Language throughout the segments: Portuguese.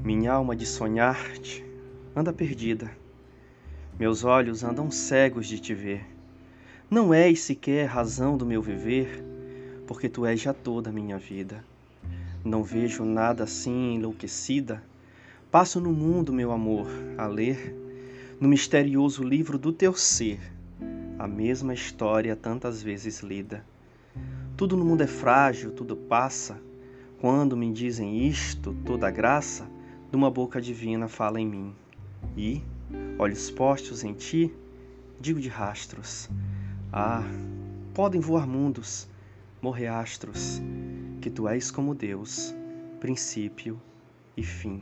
Minha alma de sonhar-te anda perdida, meus olhos andam cegos de te ver. Não és sequer razão do meu viver, porque tu és já toda a minha vida. Não vejo nada assim enlouquecida, passo no mundo, meu amor, a ler, no misterioso livro do teu ser, a mesma história tantas vezes lida. Tudo no mundo é frágil, tudo passa, quando me dizem isto, toda a graça de uma boca divina fala em mim. E, olhos postos em ti, digo de rastros, podem voar mundos, morrer astros, que tu és como Deus, princípio e fim.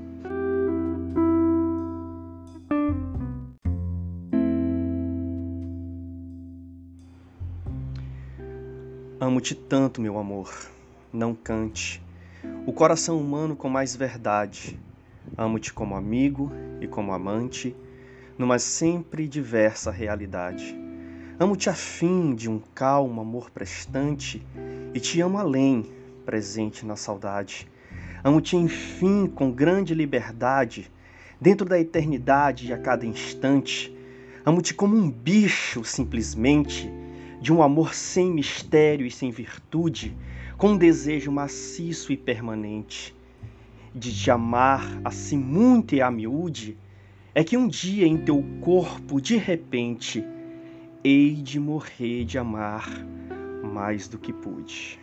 Amo-te tanto, meu amor, não cante o coração humano com mais verdade. Amo-te como amigo e como amante, numa sempre diversa realidade. Amo-te a fim de um calmo amor prestante, e te amo além, presente na saudade. Amo-te, enfim, com grande liberdade, dentro da eternidade e a cada instante. Amo-te como um bicho, simplesmente, de um amor sem mistério e sem virtude, com um desejo maciço e permanente. De te amar assim muito e a miúde, é que um dia em teu corpo, de repente, hei de morrer de amar mais do que pude.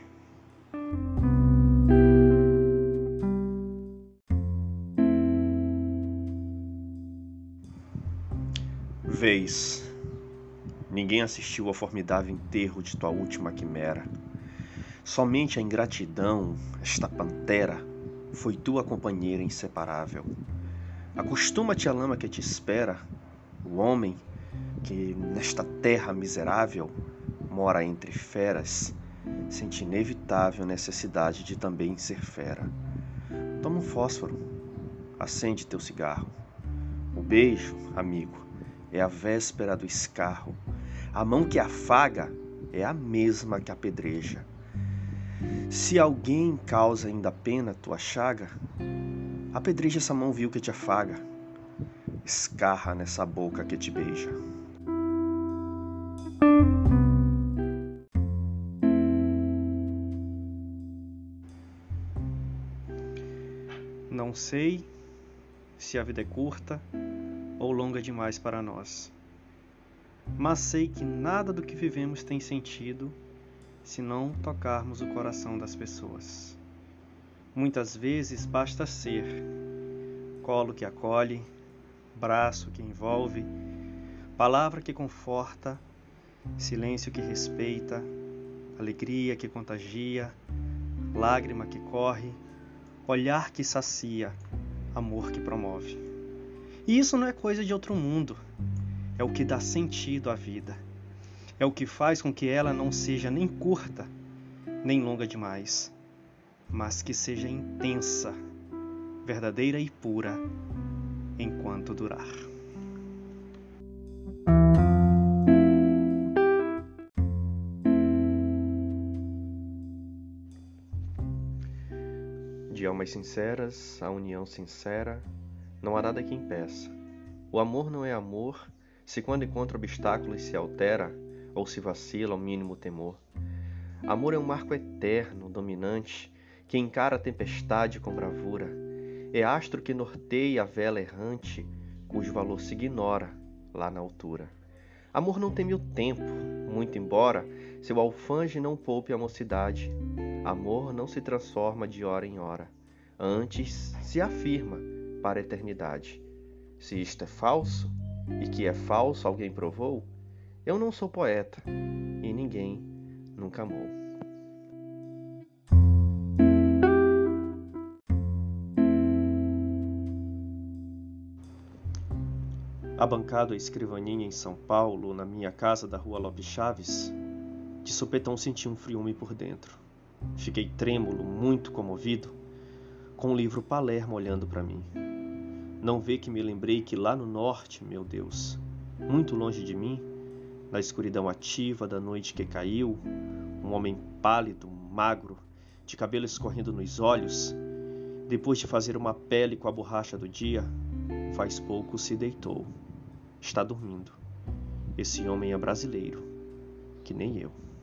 Vês, ninguém assistiu ao formidável enterro de tua última quimera. Somente a ingratidão, esta pantera, foi tua companheira inseparável. Acostuma-te à lama que te espera, o homem que nesta terra miserável mora entre feras, sente inevitável necessidade de também ser fera. Toma um fósforo, acende teu cigarro. O beijo, amigo, é a véspera do escarro. A mão que afaga é a mesma que apedreja. Se alguém causa ainda pena tua chaga, apedreja essa mão vil que te afaga. Escarra nessa boca que te beija. Não sei se a vida é curta ou longa demais para nós, mas sei que nada do que vivemos tem sentido se não tocarmos o coração das pessoas. Muitas vezes basta ser colo que acolhe, braço que envolve, palavra que conforta, silêncio que respeita, alegria que contagia, lágrima que corre, olhar que sacia, amor que promove. E isso não é coisa de outro mundo, é o que dá sentido à vida. É o que faz com que ela não seja nem curta, nem longa demais, mas que seja intensa, verdadeira e pura, enquanto durar. De almas sinceras, a união sincera, não há nada que impeça. O amor não é amor, se quando encontra obstáculos se altera, ou se vacila ao mínimo temor. Amor é um marco eterno, dominante, que encara a tempestade com bravura. É astro que norteia a vela errante, cujo valor se ignora lá na altura. Amor não teme o tempo, muito embora seu alfange não poupe a mocidade. Amor não se transforma de hora em hora, antes se afirma para a eternidade. Se isto é falso, e que é falso alguém provou, eu não sou poeta, e ninguém nunca amou. Abancado a escrivaninha em São Paulo, na minha casa da rua Lopes Chaves, de supetão senti um friume por dentro. Fiquei trêmulo, muito comovido, com o livro Palermo olhando para mim. Não vê que me lembrei que lá no norte, meu Deus, muito longe de mim, na escuridão ativa da noite que caiu, um homem pálido, magro, de cabelo escorrendo nos olhos, Depois de fazer uma pele com a borracha do dia, faz pouco se deitou. Está dormindo. Esse homem é brasileiro, que nem eu.